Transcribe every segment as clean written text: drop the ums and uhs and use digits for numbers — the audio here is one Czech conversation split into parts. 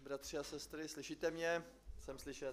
bratři a sestry, slyšíte mě? Jsem slyšet.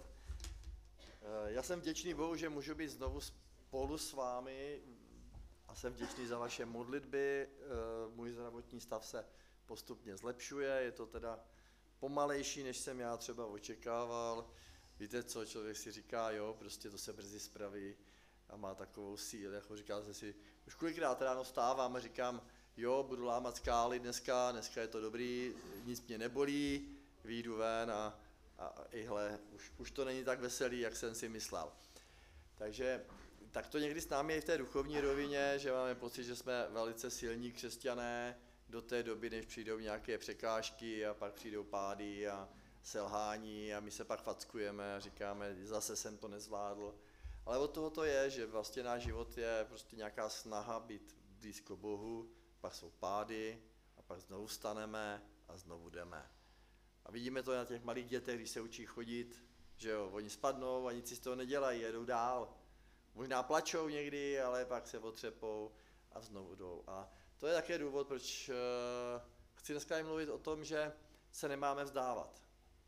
Já jsem vděčný Bohu, že můžu být znovu spolu s vámi a jsem vděčný za vaše modlitby. Můj zdravotní stav se postupně zlepšuje, je to teda pomalejší, než jsem já třeba očekával. Víte co, člověk si říká, jo, prostě to se brzy spraví a má takovou sílu, jako říká se si, už kolikrát ráno vstávám a říkám, jo, budu lámat skály dneska je to dobrý, nic mě nebolí, vyjdu ven a ihle, už to není tak veselý, jak jsem si myslel. Takže tak to někdy s námi je v té duchovní rovině, že máme pocit, že jsme velice silní křesťané do té doby, než přijdou nějaké překážky a pak přijdou pády a selhání a my se pak fackujeme a říkáme, zase jsem to nezvládl. Ale od toho to je, že vlastně náš život je prostě nějaká snaha být blízko Bohu, pak jsou pády a pak znovu staneme a znovu jdeme. A vidíme to na těch malých dětech, když se učí chodit, že jo, oni spadnou a nic si z toho nedělají, jedou dál. Možná plačou někdy, ale pak se otřepou a znovu jdou. A to je také důvod, proč chci dneska mluvit o tom, že se nemáme vzdávat.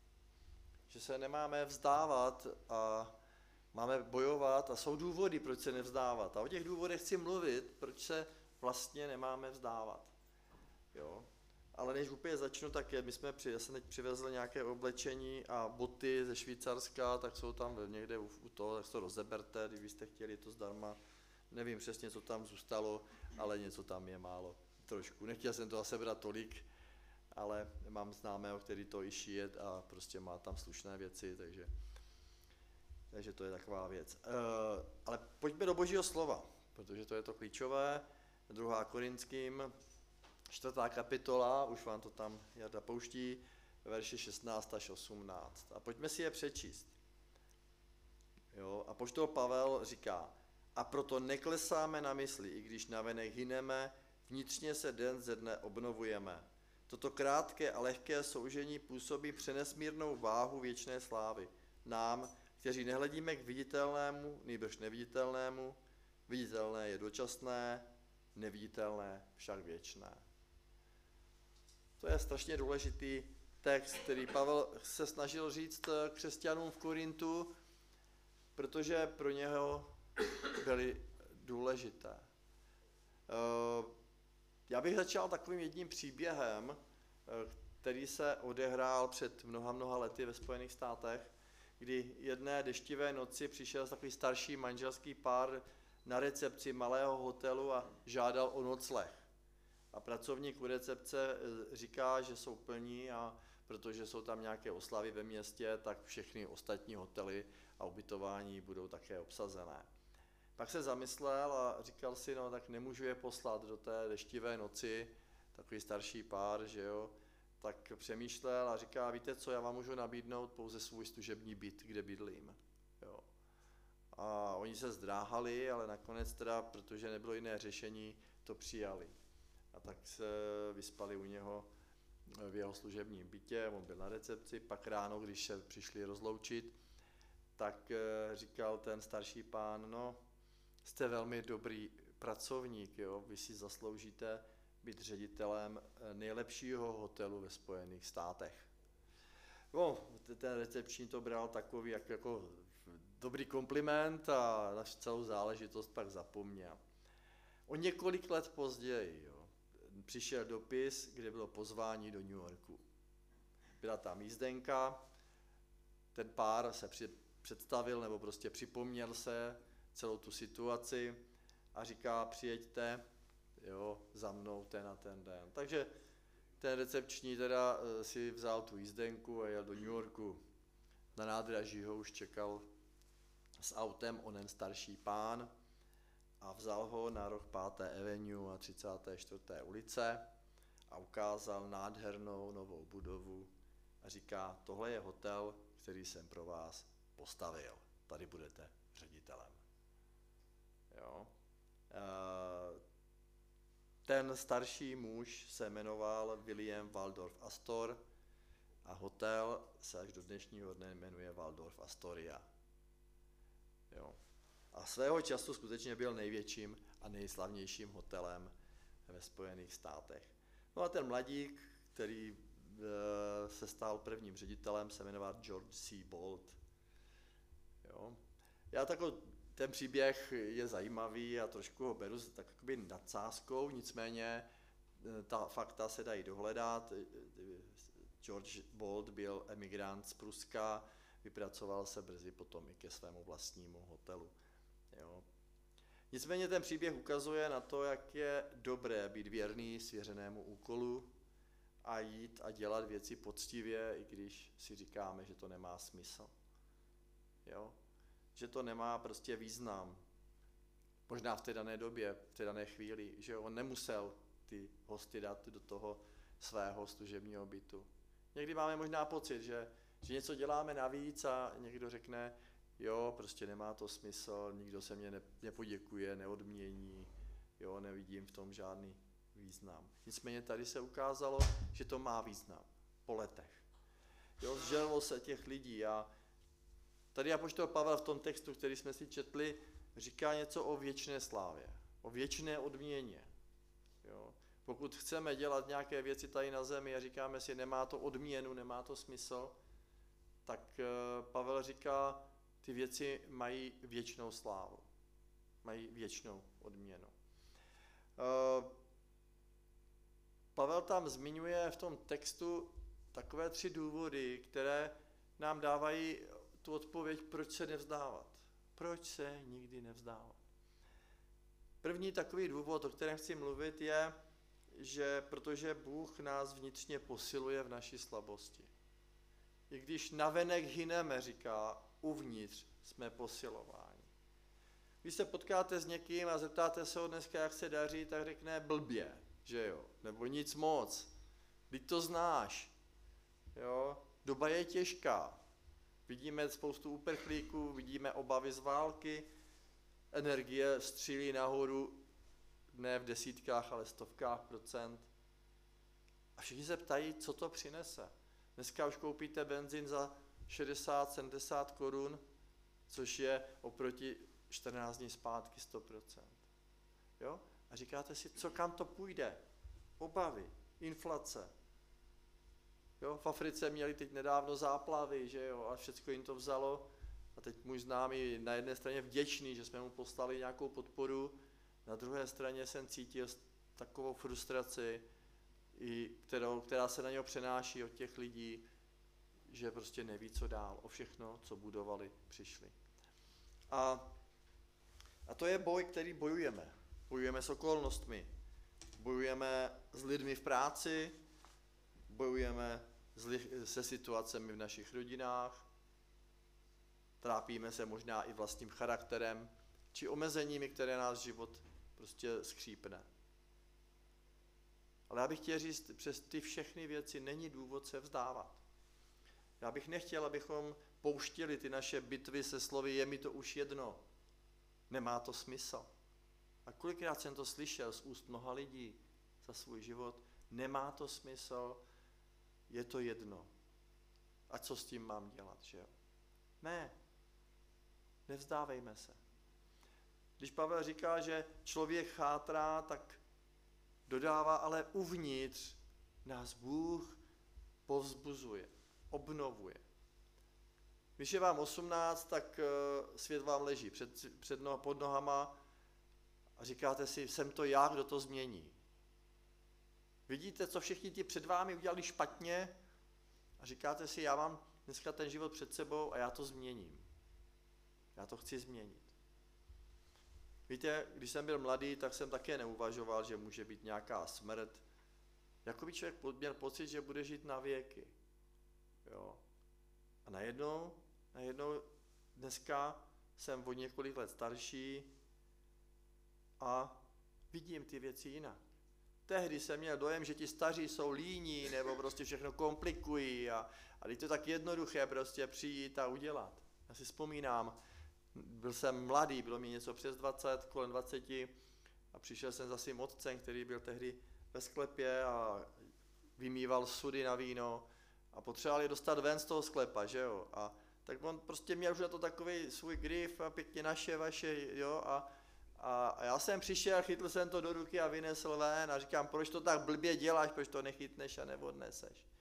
Že se nemáme vzdávat a máme bojovat a jsou důvody, proč se nevzdávat. A o těch důvodech chci mluvit, proč se vlastně nemáme vzdávat. Jo? Ale než úplně začnu, tak já jsem teď přivezl nějaké oblečení a boty ze Švýcarska, tak jsou tam někde u toho, tak to rozeberte, kdybyste chtěli to zdarma. Nevím přesně, co tam zůstalo, ale něco tam je málo, trošku. Nechtěl jsem to zase brát tolik, ale mám známého, který to i šije a prostě má tam slušné věci, takže to je taková věc. Ale pojďme do Božího slova, protože to je to klíčové. 2. Korinským, 4. kapitola, už vám to tam Jarda pouští, verše 16 až 18. A pojďme si je přečíst. Jo? Apoštol Pavel říká, a proto neklesáme na mysli, i když navenek hyneme, vnitřně se den ze dne obnovujeme. Toto krátké a lehké soužení působí přenesmírnou váhu věčné slávy. Nám, kteří nehledíme k viditelnému, nýbrž neviditelnému, viditelné je dočasné, neviditelné však věčné. To je strašně důležitý text, který Pavel se snažil říct křesťanům v Korintu, protože pro něho byly důležité. Já bych začal takovým jedním příběhem, který se odehrál před mnoha lety ve Spojených státech, kdy jedné deštivé noci přišel takový starší manželský pár na recepci malého hotelu a žádal o nocleh. A pracovník u recepce říká, že jsou plní a protože jsou tam nějaké oslavy ve městě, tak všechny ostatní hotely a ubytování budou také obsazené. Pak se zamyslel a říkal si, no tak nemůžu je poslat do té deštivé noci, takový starší pár, že jo, tak přemýšlel a říká, víte co, já vám můžu nabídnout pouze svůj služební byt, kde bydlím. Jo. A oni se zdráhali, ale nakonec teda, protože nebylo jiné řešení, to přijali. A tak se vyspali u něho v jeho služebním bytě, on byl na recepci, pak ráno, když se přišli rozloučit, tak říkal ten starší pán, no, jste velmi dobrý pracovník, jo? Vy si zasloužíte být ředitelem nejlepšího hotelu ve Spojených státech. No, ten recepční to bral takový jako dobrý kompliment a na celou záležitost pak zapomněl. O několik let později přišel dopis, kde bylo pozvání do New Yorku. Byla tam jízdenka, ten pár se představil nebo prostě připomněl se celou tu situaci a říká, přijeďte, jo, za mnou ten a ten den. Takže ten recepční teda si vzal tu jízdenku a jel do New Yorku. Na nádraží ho už čekal s autem onen starší pán a vzal ho na roh 5. Avenue a 34. ulice a ukázal nádhernou novou budovu a říká, tohle je hotel, který jsem pro vás postavil. Tady budete ředitelem. Jo. Ten starší muž se jmenoval William Waldorf Astor a hotel se až do dnešního dne jmenuje Waldorf Astoria. Jo. A svého času skutečně byl největším a nejslavnějším hotelem ve Spojených státech. No a ten mladík, který se stal prvním ředitelem, se jmenoval George C. Bolt. Jo. Ten příběh je zajímavý a trošku ho beru tak jakoby nadsázkou, nicméně ta fakta se dají dohledat. George Bolt byl emigrant z Pruska, vypracoval se brzy potom i ke svému vlastnímu hotelu. Jo. Nicméně ten příběh ukazuje na to, jak je dobré být věrný svěřenému úkolu a jít a dělat věci poctivě, i když si říkáme, že to nemá smysl. Jo? Že to nemá prostě význam. Možná v té dané době, v té dané chvíli, že on nemusel ty hosty dát do toho svého služebního bytu. Někdy máme možná pocit, že něco děláme navíc a někdo řekne, jo, prostě nemá to smysl, nikdo se mě nepoděkuje, neodmění, jo, nevidím v tom žádný význam. Nicméně tady se ukázalo, že to má význam po letech. Jo, zželilo se těch lidí a tady apoštol Pavel v tom textu, který jsme si četli, říká něco o věčné slávě, o věčné odměně. Jo. Pokud chceme dělat nějaké věci tady na zemi a říkáme si, nemá to odměnu, nemá to smysl, tak Pavel říká, ty věci mají věčnou slávu, mají věčnou odměnu. Pavel tam zmiňuje v tom textu takové 3 důvody, které nám dávají tu odpověď, proč se nevzdávat. Proč se nikdy nevzdávat. První takový důvod, o kterém chci mluvit, je, že protože Bůh nás vnitřně posiluje v naší slabosti. I když navenek hyneme, říká, uvnitř jsme posilováni. Když se potkáte s někým a zeptáte se ho dneska, jak se daří, tak řekne blbě, že jo, nebo nic moc. Vždyť to znáš, jo, doba je těžká. Vidíme spoustu uprchlíků, vidíme obavy z války, energie střílí nahoru, ne v desítkách, ale stovkách procent. A všichni se ptají, co to přinese. Dneska už koupíte benzín za 60-70 korun, což je oproti 14 dní zpátky 100%. Jo? A říkáte si, co kam to půjde? Obavy, inflace. Jo? V Africe měli teď nedávno záplavy, že jo? A všechno jim to vzalo. A teď můj známý na jedné straně vděčný, že jsme mu poslali nějakou podporu, na druhé straně jsem cítil takovou frustraci, která se na něho přenáší od těch lidí, že prostě neví, co dál, o všechno, co budovali, přišli. A to je boj, který bojujeme. Bojujeme s okolnostmi, bojujeme s lidmi v práci, bojujeme se situacemi v našich rodinách, trápíme se možná i vlastním charakterem, či omezeními, které náš život prostě skřípne. Ale já bych chtěl říct, přes ty všechny věci není důvod se vzdávat. Já bych nechtěl, abychom pouštili ty naše bitvy se slovy, je mi to už jedno, nemá to smysl. A kolikrát jsem to slyšel z úst mnoha lidí za svůj život, nemá to smysl, je to jedno. A co s tím mám dělat, že jo? Ne, nevzdávejme se. Když Pavel říká, že člověk chátrá, tak dodává, ale uvnitř nás Bůh povzbuzuje, obnovuje. Když je vám 18, tak svět vám leží pod nohama a říkáte si, jsem to já, kdo to změní. Vidíte, co všichni ti před vámi udělali špatně a říkáte si, já mám dneska ten život před sebou a já to změním. Já to chci změnit. Víte, když jsem byl mladý, tak jsem také neuvažoval, že může být nějaká smrt. Jakoby člověk měl pocit, že bude žít na věky. Jo. A najednou dneska jsem o několik let starší a vidím ty věci jinak. Tehdy jsem měl dojem, že ti staří jsou líní nebo prostě všechno komplikují a je to tak jednoduché prostě přijít a udělat. Já si vzpomínám, byl jsem mladý, bylo mi něco přes 20, kolem 20 a přišel jsem za svým otcem, který byl tehdy ve sklepě a vymýval sudy na víno a potřeboval je dostat ven z toho sklepa, že jo. A tak on prostě měl už na to takový svůj grif a pěkně naše, vaše, jo. A já jsem přišel, chytl jsem to do ruky a vynesl ven a říkám, proč to tak blbě děláš, proč to nechytneš a neodneseš.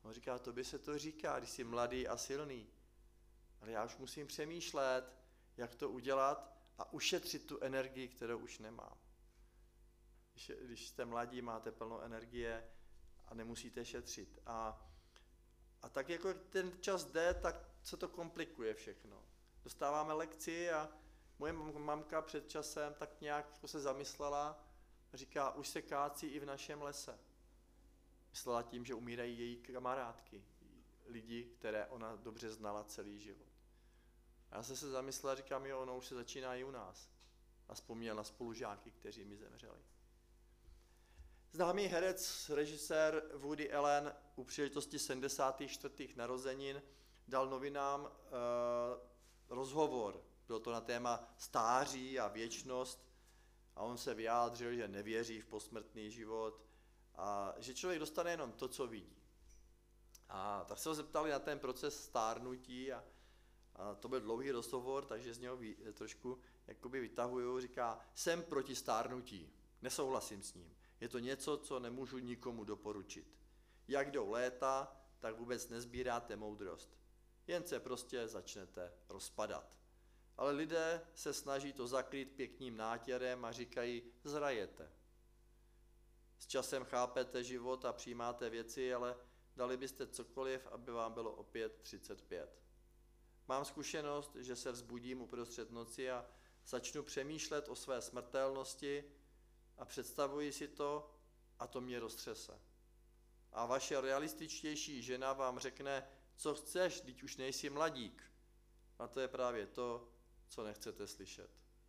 On říká, tobě se to říká, když jsi mladý a silný. Ale já už musím přemýšlet, jak to udělat a ušetřit tu energii, kterou už nemám. Když jste mladí, máte plno energie a nemusíte šetřit. A tak jako ten čas jde, tak se to komplikuje všechno. Dostáváme lekci a moje mamka před časem tak nějak jako se zamyslela a říká, už se kácí i v našem lese. Myslela tím, že umírají její kamarádky, lidi, které ona dobře znala celý život. A já jsem se zamyslel a říkám, jo, ono už se začíná i u nás. A vzpomněl na spolužáky, kteří mi zemřeli. Známý herec, režisér Woody Allen u příležitosti 74. narozenin dal novinám rozhovor. Bylo to na téma stáří a věčnost a on se vyjádřil, že nevěří v posmrtný život a že člověk dostane jenom to, co vidí. A tak se ho zeptali na ten proces stárnutí a to byl dlouhý rozhovor, takže z něho trošku jakoby vytahuju. Říká, jsem proti stárnutí, nesouhlasím s ním. Je to něco, co nemůžu nikomu doporučit. Jak jdou léta, tak vůbec nezbíráte moudrost. Jen se prostě začnete rozpadat. Ale lidé se snaží to zakrýt pěkným nátěrem a říkají, zrajete. S časem chápete život a přijímáte věci, ale dali byste cokoliv, aby vám bylo opět 35. Mám zkušenost, že se vzbudím uprostřed noci a začnu přemýšlet o své smrtelnosti a představuji si to a to mě roztřese. A vaše realističtější žena vám řekne, co chceš, teď už nejsi mladík. A to je právě to, co nechcete slyšet.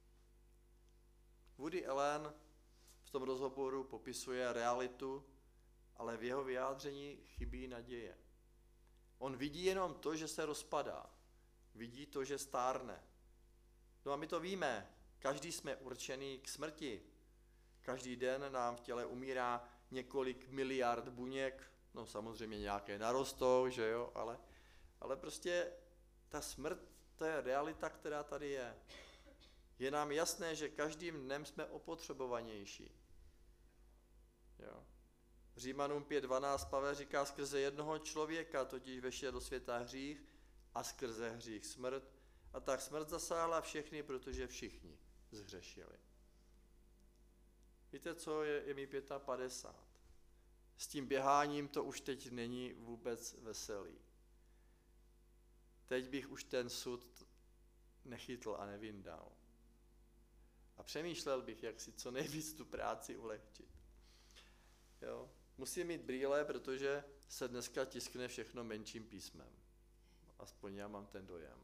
Woody Allen v tom rozhovoru popisuje realitu, ale v jeho vyjádření chybí naděje. On vidí jenom to, že se rozpadá. Vidí to, že stárne. No a my to víme. Každý jsme určený k smrti. Každý den nám v těle umírá několik miliard buněk. No samozřejmě nějaké narostou, že jo, ale prostě ta smrt, to je realita, která tady je. Je nám jasné, že každým dnem jsme opotřebovanější. Jo. Římanům 5.12 Pavel říká, skrze jednoho člověka totiž vešel do světa hřích a skrze hřích smrt. A tak smrt zasáhla všechny, protože všichni zhřešili. Víte co, je mi 55. S tím běháním to už teď není vůbec veselý. Teď bych už ten sud nechytl a nevyndal. A přemýšlel bych, jak si co nejvíc tu práci ulehčit. Jo? Musím mít brýle, protože se dneska tiskne všechno menším písmem. Aspoň já mám ten dojem.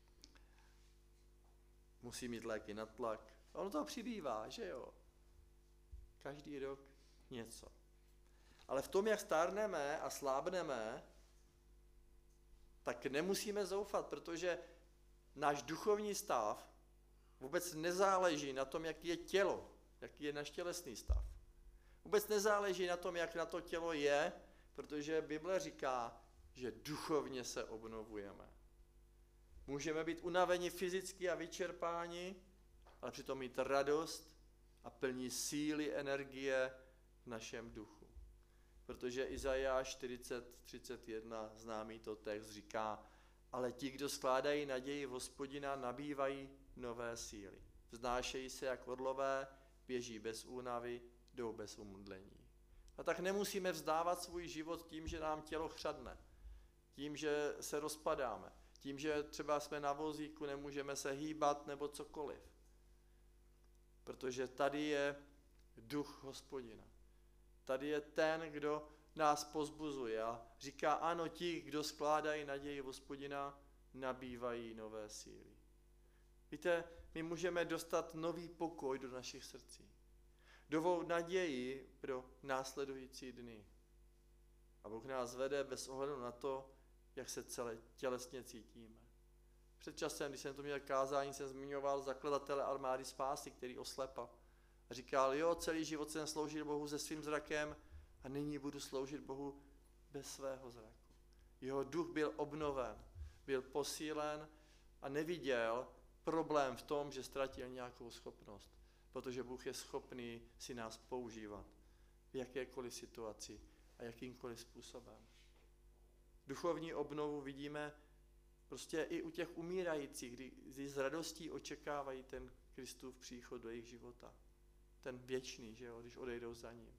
Musím mít léky na tlak. A ono toho přibývá, že jo? Každý rok něco. Ale v tom, jak stárneme a slábneme, tak nemusíme zoufat, protože náš duchovní stav vůbec nezáleží na tom, jaký je tělo, jaký je náš tělesný stav. Vůbec nezáleží na tom, jak na to tělo je, protože Bible říká, že duchovně se obnovujeme. Můžeme být unaveni fyzicky a vyčerpáni, ale přitom mít radost a plní síly, energie v našem duchu. Protože Izajáš 40:31, známý to text, říká, ale ti, kdo skládají naději v Hospodina, nabývají nové síly. Vznášejí se jak orlové, běží bez únavy, jdou bez umdlení. A tak nemusíme vzdávat svůj život tím, že nám tělo chřadne, tím, že se rozpadáme, tím, že třeba jsme na vozíku, nemůžeme se hýbat nebo cokoliv. Protože tady je duch Hospodina. Tady je ten, kdo nás pozbuzuje a říká, ano, ti, kdo skládají naději v Hospodina, nabývají nové síly. Víte, my můžeme dostat nový pokoj do našich srdcí. Novou naději pro následující dny. A Bůh nás vede bez ohledu na to, jak se celé tělesně cítíme. Před časem, když jsem to měl kázání, jsem zmiňoval zakladatele armády spásy, který oslepl. A říkal, jo, celý život jsem sloužil Bohu se svým zrakem a nyní budu sloužit Bohu bez svého zraku. Jeho duch byl obnoven, byl posílen a neviděl problém v tom, že ztratil nějakou schopnost, protože Bůh je schopný si nás používat v jakékoliv situaci a jakýmkoliv způsobem. Duchovní obnovu vidíme prostě i u těch umírajících, kdy s radostí očekávají ten Kristův příchod do jejich života. Ten věčný, že jo, když odejdou za ním.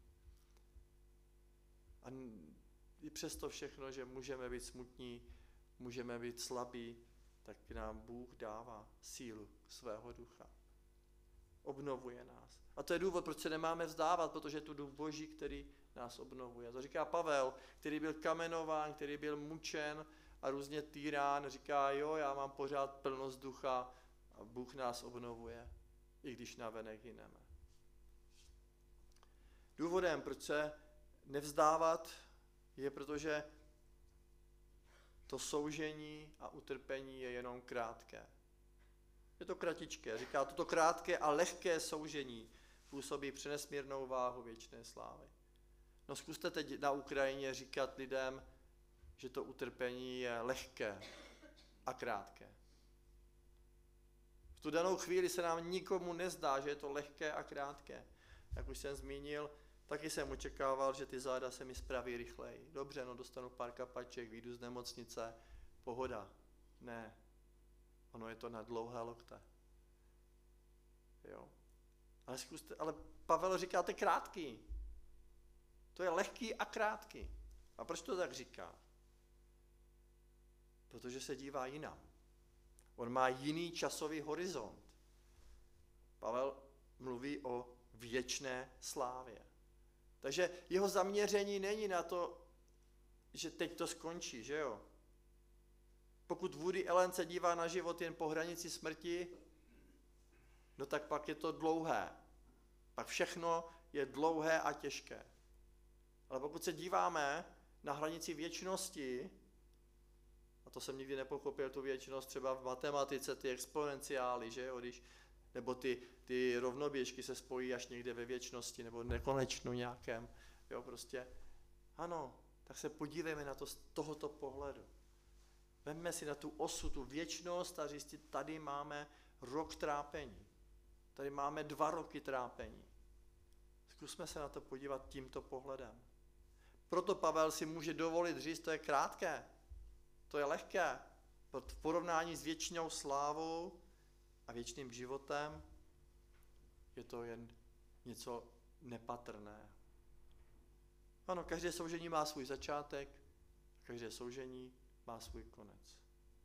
A i přesto všechno, že můžeme být smutní, můžeme být slabí, tak nám Bůh dává sílu svého ducha. Obnovuje nás. A to je důvod, proč se nemáme vzdávat, protože je tu duch Boží, který nás obnovuje. To říká Pavel, který byl kamenován, který byl mučen a různě týrán. Říká, jo, já mám pořád plnost ducha a Bůh nás obnovuje, i když navenek hyneme. Důvodem, proč se nevzdávat, je protože to soužení a utrpení je jenom krátké. Je to kratičké. Říká, toto krátké a lehké soužení působí přenesmírnou váhu věčné slávy. No zkuste teď na Ukrajině říkat lidem, že to utrpení je lehké a krátké. V tu danou chvíli se nám nikomu nezdá, že je to lehké a krátké. Jak už jsem zmínil, taky jsem očekával, že ty záda se mi spraví rychleji. Dobře, no dostanu pár kapaček, vyjdu z nemocnice, pohoda. Ne, ono je to na dlouhé lokte. Jo. Ale Pavel říká, to je krátký. To je lehký a krátký. A proč to tak říká? Protože se dívá jinam. On má jiný časový horizont. Pavel mluví o věčné slávě. Takže jeho zaměření není na to, že teď to skončí, že jo? Pokud Woody Allen se dívá na život jen po hranici smrti, no tak pak je to dlouhé. Pak všechno je dlouhé a těžké. Ale pokud se díváme na hranici věčnosti, a to jsem nikdy nepochopil, tu věčnost třeba v matematice, ty exponenciály, že jo, nebo ty rovnoběžky se spojí až někde ve věčnosti, nebo nekonečnu nějakém, jo, prostě. Ano, tak se podívejme na to z tohoto pohledu. Vemme si na tu osu, tu věčnost a říct, tady máme rok trápení. Tady máme 2 roky trápení. Zkusme se na to podívat tímto pohledem. Proto Pavel si může dovolit říct, to je krátké, to je lehké. V porovnání s věčnou slávou a věčným životem je to jen něco nepatrné. Ano, každé soužení má svůj začátek, každé soužení má svůj konec.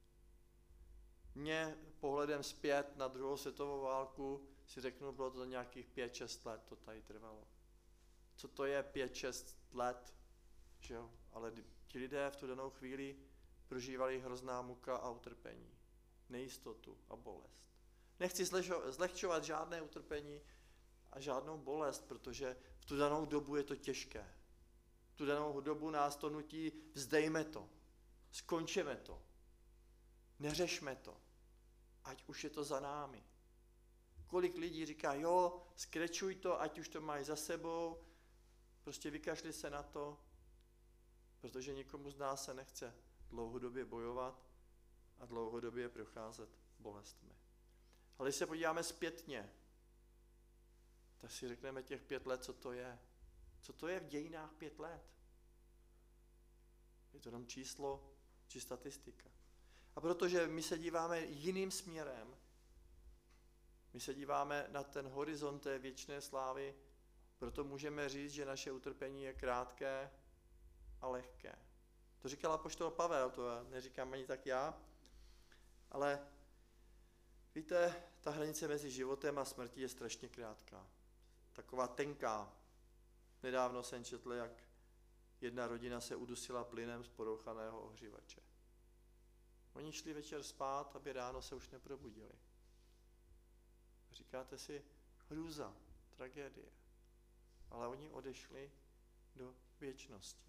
Mně pohledem zpět na 2. světovou válku si řeknu, bylo to nějakých 5-6 let, to tady trvalo. Co to je 5-6 let? Že jo? Ale ti lidé v tu danou chvíli prožívali hrozná muka a utrpení, nejistotu a bolest. Nechci zlehčovat žádné utrpení a žádnou bolest, protože v tu danou dobu je to těžké. V tu danou dobu nás to nutí, vzdejme to, skončeme to, neřešme to, ať už je to za námi. Kolik lidí říká, jo, skrečuj to, ať už to mají za sebou, prostě vykašli se na to, protože nikomu z nás se nechce dlouhodobě bojovat a dlouhodobě procházet bolestmi. Ale když se podíváme zpětně, tak si řekneme těch 5 let, co to je. Co to je v dějinách 5 let? Je to jenom číslo či statistika. A protože my se díváme jiným směrem, my se díváme na ten horizont té věčné slávy, proto můžeme říct, že naše utrpení je krátké a lehké. To říkal apoštol Pavel, to neříkám ani tak já, ale víte, ta hranice mezi životem a smrtí je strašně krátká. Taková tenká. Nedávno jsem četl, jak jedna rodina se udusila plynem z porouchaného ohřívače. Oni šli večer spát, aby ráno se už neprobudili. Říkáte si, hrůza, tragédie. Ale oni odešli do věčnosti.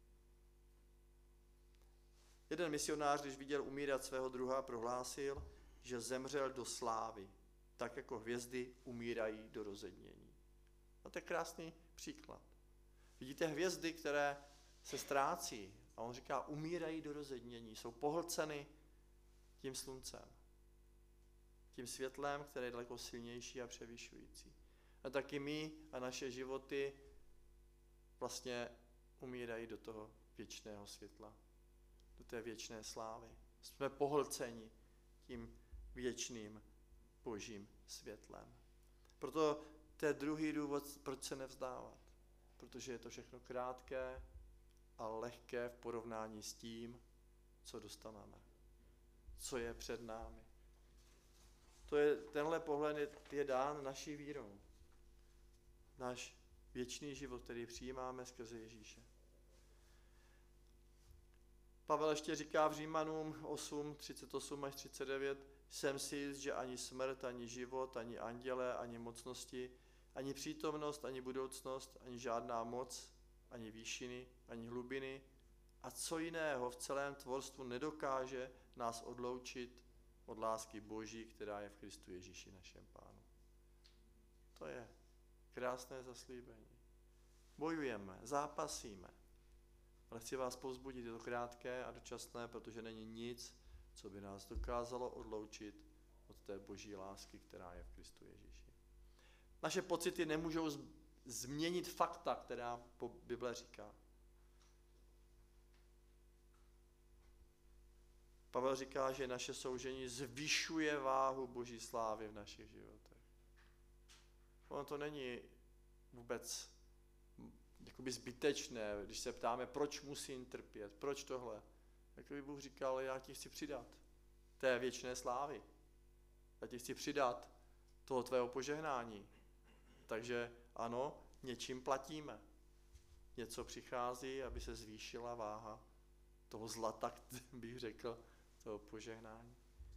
Jeden misionář, když viděl umírat svého druha, prohlásil, že zemřel do slávy, tak jako hvězdy umírají do rozednění. A to je krásný příklad. Vidíte hvězdy, které se ztrácí, a on říká, umírají do rozednění, jsou pohlceny tím sluncem, tím světlem, které je daleko silnější a převyšující. A taky my a naše životy vlastně umírají do toho věčného světla. do té věčné slávy. Jsme pohlceni tím věčným božím světlem. Proto to je druhý důvod, proč se nevzdávat. Protože je to všechno krátké a lehké v porovnání s tím, co dostaneme. Co je před námi. Tenhle pohled je dán naší vírou. Náš věčný život, který přijímáme skrze Ježíše. Pavel ještě říká v Římanům 8, 38 až 39, jsem si jist, že ani smrt, ani život, ani anděle, ani mocnosti, ani přítomnost, ani budoucnost, ani žádná moc, ani výšiny, ani hlubiny a co jiného v celém tvorstvu nedokáže nás odloučit od lásky Boží, která je v Kristu Ježíši našem Pánu. To je krásné zaslíbení. Bojujeme, zápasíme, ale chci vás povzbudit, je to krátké a dočasné, protože není nic, co by nás dokázalo odloučit od té Boží lásky, která je v Kristu Ježíši. Naše pocity nemůžou změnit fakta, která Bible říká. Pavel říká, že naše soužení zvyšuje váhu Boží slávy v našich životech. Ono to není vůbec jakoby zbytečné, když se ptáme, proč musím trpět, proč tohle. Tak by Bůh říkal, já ti chci přidat té věčné slávy. Já ti chci přidat toho tvého požehnání. Takže ano, něčím platíme. Něco přichází, aby se zvýšila váha toho zlata, bych řekl, toho požehnání.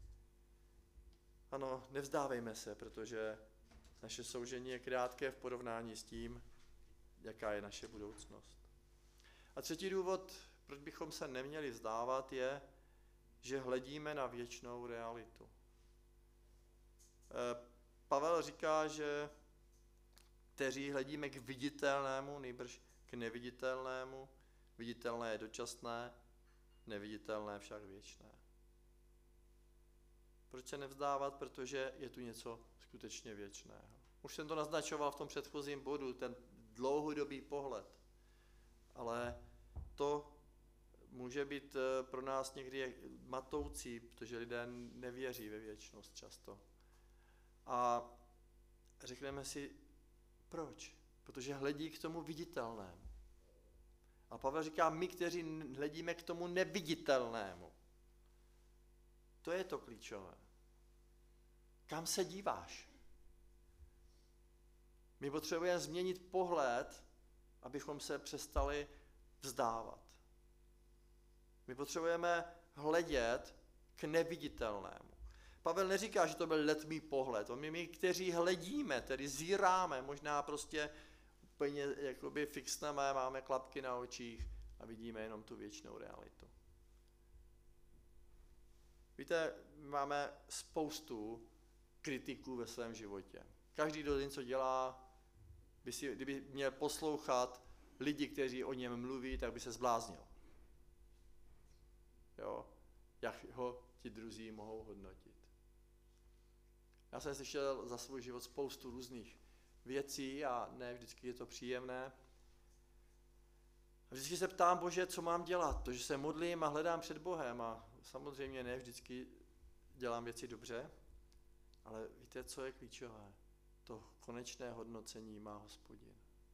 Ano, nevzdávejme se, protože naše soužení je krátké v porovnání s tím, jaká je naše budoucnost. A třetí důvod, proč bychom se neměli vzdávat, je, že hledíme na věčnou realitu. Pavel říká, že kteří hledíme k viditelnému, nejbrž k neviditelnému, viditelné je dočasné, neviditelné však věčné. Proč se nevzdávat? Protože je tu něco skutečně věčného. Už jsem to naznačoval v tom předchozím bodu, ten dlouhodobý pohled. Ale to může být pro nás někdy matoucí, protože lidé nevěří ve věčnost často. A řekneme si, proč? Protože hledí k tomu viditelnému. A Pavel říká, my, kteří hledíme k tomu neviditelnému. To je to klíčové. Kam se díváš? My potřebujeme změnit pohled, abychom se přestali vzdávat. My potřebujeme hledět k neviditelnému. Pavel neříká, že to byl letmý pohled. My, kteří hledíme, tedy zíráme, možná prostě úplně jakoby fixneme, máme klapky na očích a vidíme jenom tu věčnou realitu. Víte, máme spoustu kritiků ve svém životě. Každý, kdo něco dělá, kdyby měl poslouchat lidi, kteří o něm mluví, tak by se zbláznil. Jo? Jak ho ti druzí mohou hodnotit. Já jsem slyšel za svůj život spoustu různých věcí a ne vždycky je to příjemné. A vždycky se ptám, Bože, co mám dělat? To, že se modlím a hledám před Bohem a samozřejmě ne vždycky dělám věci dobře, ale víte, co je klíčové? To konečné hodnocení má Hospodin.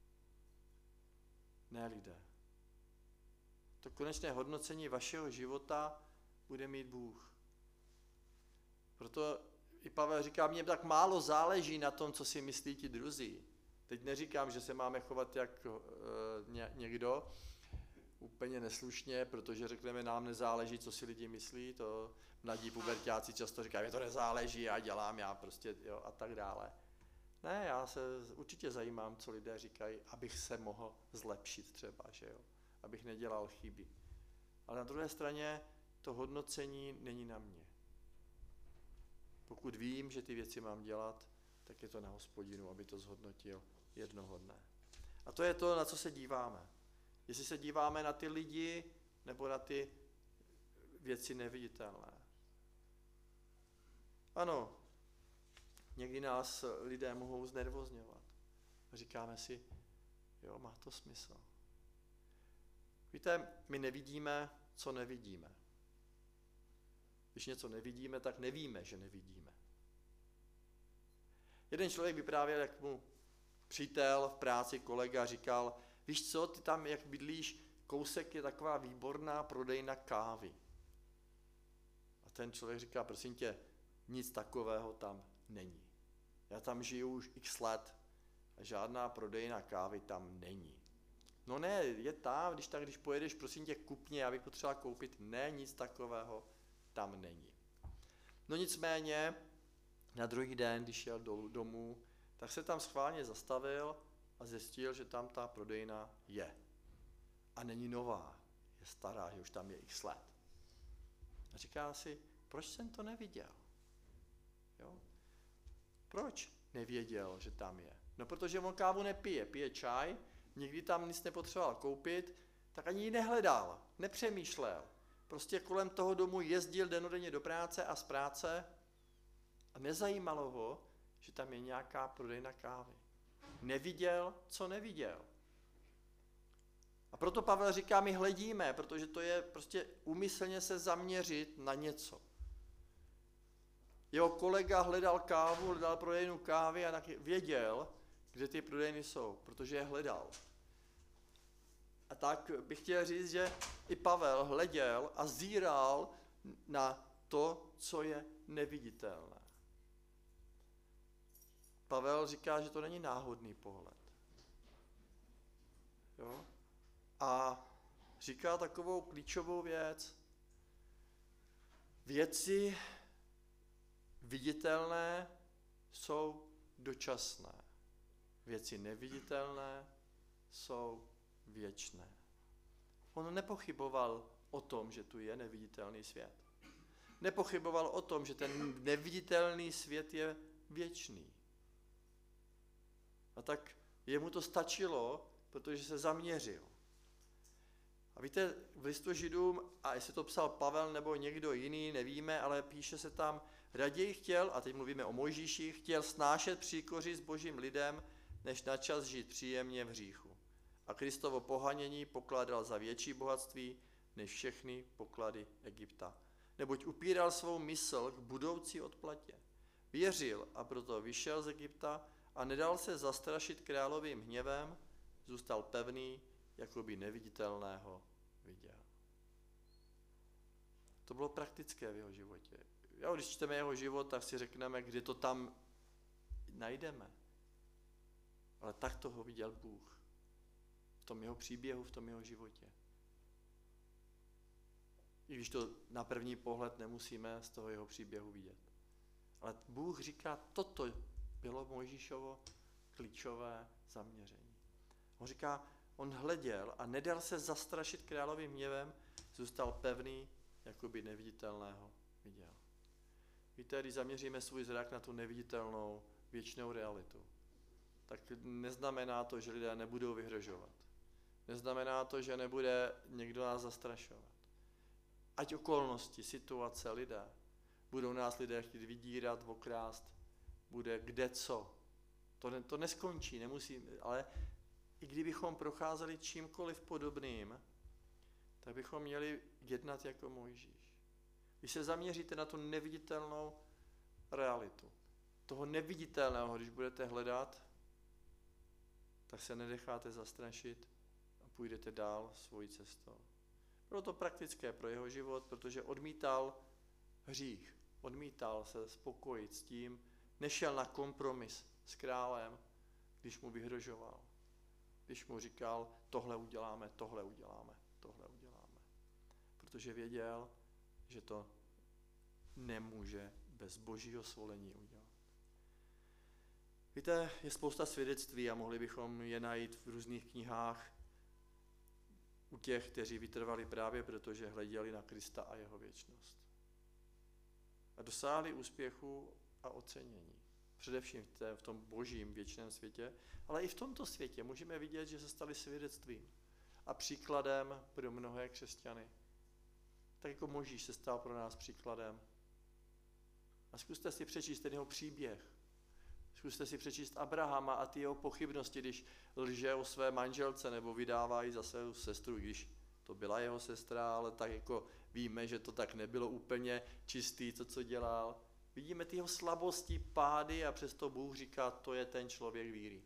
Ne lidé. To konečné hodnocení vašeho života bude mít Bůh. Proto i Pavel říká, mně tak málo záleží na tom, co si myslí ti druzí. Teď neříkám, že se máme chovat jak někdo, úplně neslušně, protože řekneme, nám nezáleží, co si lidi myslí, to mladí puberťáci často říkají, mě to nezáleží, já dělám, já prostě, jo, a tak dále. Ne, já se určitě zajímám, co lidé říkají, abych se mohl zlepšit třeba, že jo, abych nedělal chyby. Ale na druhé straně to hodnocení není na mě. Pokud vím, že ty věci mám dělat, tak je to na Hospodinu, aby to zhodnotil jednoho dne. A to je to, na co se díváme. Jestli se díváme na ty lidi, nebo na ty věci neviditelné. Ano, někdy nás lidé mohou znervozňovat. Říkáme si, jo, má to smysl. Víte, my nevidíme co nevidíme. Když něco nevidíme, tak nevíme, že nevidíme. Jeden člověk vyprávěl, jak mu přítel v práci, kolega říkal, víš co, ty tam, jak bydlíš, kousek je taková výborná prodejna kávy. A ten člověk říká, prosím tě, nic takového tam není. Já tam žiju už x let a žádná prodejna kávy tam není. No ne, je tam, když pojedeš, prosím tě, kup mě, já bych potřeboval koupit. Ne, nic takového tam není. No nicméně, na druhý den, když jel domů, tak se tam schválně zastavil a zjistil, že tam ta prodejna je. A není nová, je stará, že už tam je x let. A říká si, proč jsem to neviděl? Jo? Proč nevěděl, že tam je? No protože on kávu nepije, pije čaj, nikdy tam nic nepotřeboval koupit, tak ani ji nehledal, nepřemýšlel. Prostě kolem toho domu jezdil dennodenně do práce a z práce a nezajímalo ho, že tam je nějaká prodejna kávy. Neviděl, co neviděl. A proto Pavel říká, my hledíme, protože to je prostě úmyslně se zaměřit na něco. Jeho kolega hledal kávu, hledal prodejnu kávy a taky věděl, kde ty prodejny jsou, protože je hledal. A tak bych chtěl říct, že i Pavel hleděl a zíral na to, co je neviditelné. Pavel říká, že to není náhodný pohled. Jo? A říká takovou klíčovou věc. Věci viditelné jsou dočasné. Věci neviditelné jsou věčné. On nepochyboval o tom, že tu je neviditelný svět. Nepochyboval o tom, že ten neviditelný svět je věčný. A tak jemu to stačilo, protože se zaměřil. A víte, v listu Židům, a jestli to psal Pavel nebo někdo jiný, nevíme, ale píše se tam, raději chtěl, a teď mluvíme o Mojžíši, chtěl snášet příkoří s božím lidem, než načas žít příjemně v hříchu. A Kristovo pohanění pokládal za větší bohatství, než všechny poklady Egypta. Neboť upíral svou mysl k budoucí odplatě. Věřil a proto vyšel z Egypta a nedal se zastrašit královým hněvem, zůstal pevný, jako by neviditelného viděl. To bylo praktické v jeho životě. Jo, když čteme jeho život, tak si řekneme, kde to tam najdeme. Ale tak toho viděl Bůh. V tom jeho příběhu, v tom jeho životě. I když to na první pohled nemusíme z toho jeho příběhu vidět. Ale Bůh říká, toto bylo Mojžíšovo klíčové zaměření. On říká, on hleděl a nedal se zastrašit královým hněvem, zůstal pevný, jako by neviditelného viděl. Víte, když zaměříme svůj zrak na tu neviditelnou věčnou realitu, tak neznamená to, že lidé nebudou vyhrožovat. Neznamená to, že nebude někdo nás zastrašovat. Ať okolnosti, situace, lidé, budou nás lidé chtít vydírat, okrást, bude kde co. To neskončí, nemusí, ale i kdybychom procházeli čímkoliv podobným, tak bychom měli jednat jako Mojžíš. Když se zaměříte na tu neviditelnou realitu, toho neviditelného, když budete hledat, tak se nenecháte zastrašit a půjdete dál svojí cestou. Bylo to praktické pro jeho život, protože odmítal hřích, odmítal se spokojit s tím, nešel na kompromis s králem, když mu vyhrožoval. Když mu říkal, tohle uděláme, tohle uděláme, tohle uděláme. Protože věděl, že to nemůže bez božího svolení udělat. Víte, je spousta svědectví a mohli bychom je najít v různých knihách u těch, kteří vytrvali právě protože hleděli na Krista a jeho věčnost. A dosáhli úspěchu a ocenění. Především v tom božím věčném světě, ale i v tomto světě můžeme vidět, že se stali svědectvím a příkladem pro mnohé křesťany. Tak jako Mojžíš se stal pro nás příkladem. A zkuste si přečíst ten jeho příběh. Zkuste si přečíst Abrahama a ty jeho pochybnosti, když lže o své manželce nebo vydává ji za svou sestru, když to byla jeho sestra, ale tak jako víme, že to tak nebylo úplně čistý, to, co dělal. Vidíme ty jeho slabosti, pády a přesto Bůh říká, to je ten člověk víry.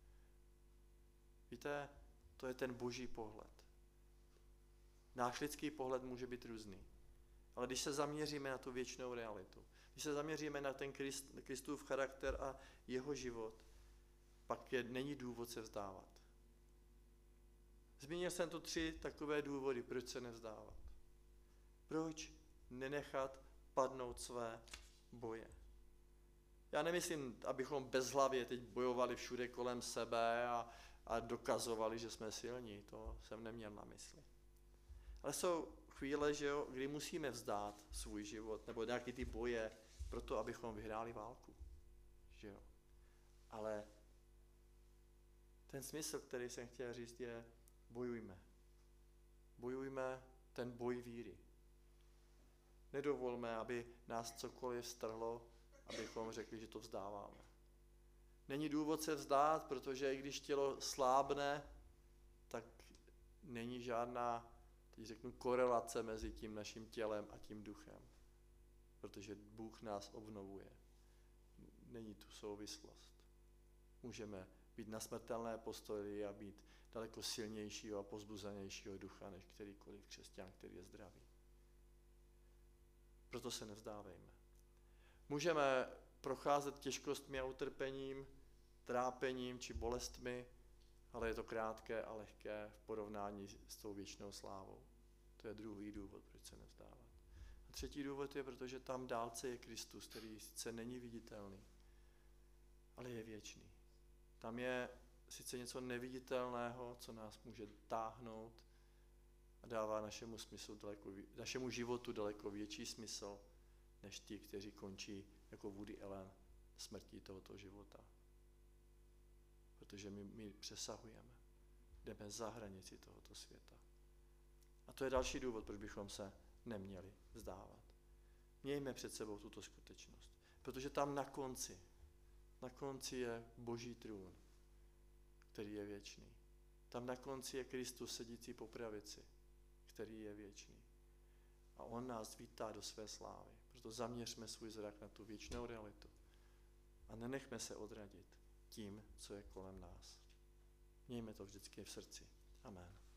Víte, to je ten boží pohled. Náš lidský pohled může být různý. Ale když se zaměříme na tu věčnou realitu, když se zaměříme na ten Kristův charakter a jeho život, pak není důvod se vzdávat. Zmínil jsem tu 3 takové důvody, proč se nevzdávat. Proč nenechat padnout své boje. Já nemyslím, abychom bezhlavě teď bojovali všude kolem sebe a dokazovali, že jsme silní. To jsem neměl na mysli. Ale jsou chvíle, že jo, kdy musíme vzdát svůj život nebo nějaký ty boje proto, abychom vyhráli válku. Že jo. Ale ten smysl, který jsem chtěl říct, je bojujme. Bojujme ten boj víry. Nedovolme, aby nás cokoliv strhlo, abychom řekli, že to vzdáváme. Není důvod se vzdát, protože i když tělo slábne, tak není žádná, teď řeknu, korelace mezi tím naším tělem a tím duchem. Protože Bůh nás obnovuje. Není tu souvislost. Můžeme být na smrtelné postoji a být daleko silnějšího a pozbuzenějšího ducha, než kterýkoliv křesťan, který je zdravý. Proto se nevzdávejme. Můžeme procházet těžkostmi a utrpením, trápením či bolestmi, ale je to krátké a lehké v porovnání s tou věčnou slávou. To je druhý důvod, proč se nevzdávat. A třetí důvod je, protože tam dálce je Kristus, který sice není viditelný, ale je věčný. Tam je sice něco neviditelného, co nás může táhnout a dává našemu životu daleko větší smysl, než ti, kteří končí jako Woody Allen smrtí tohoto života. Protože my přesahujeme, jdeme za hranici tohoto světa. A to je další důvod, proč bychom se neměli vzdávat. Mějme před sebou tuto skutečnost, protože tam na konci je Boží trůn, který je věčný. Tam na konci je Kristus sedící po pravici, který je věčný. A on nás vítá do své slávy. Proto zaměřme svůj zrak na tu věčnou realitu. A nenechme se odradit tím, co je kolem nás. Mějme to vždycky v srdci. Amen.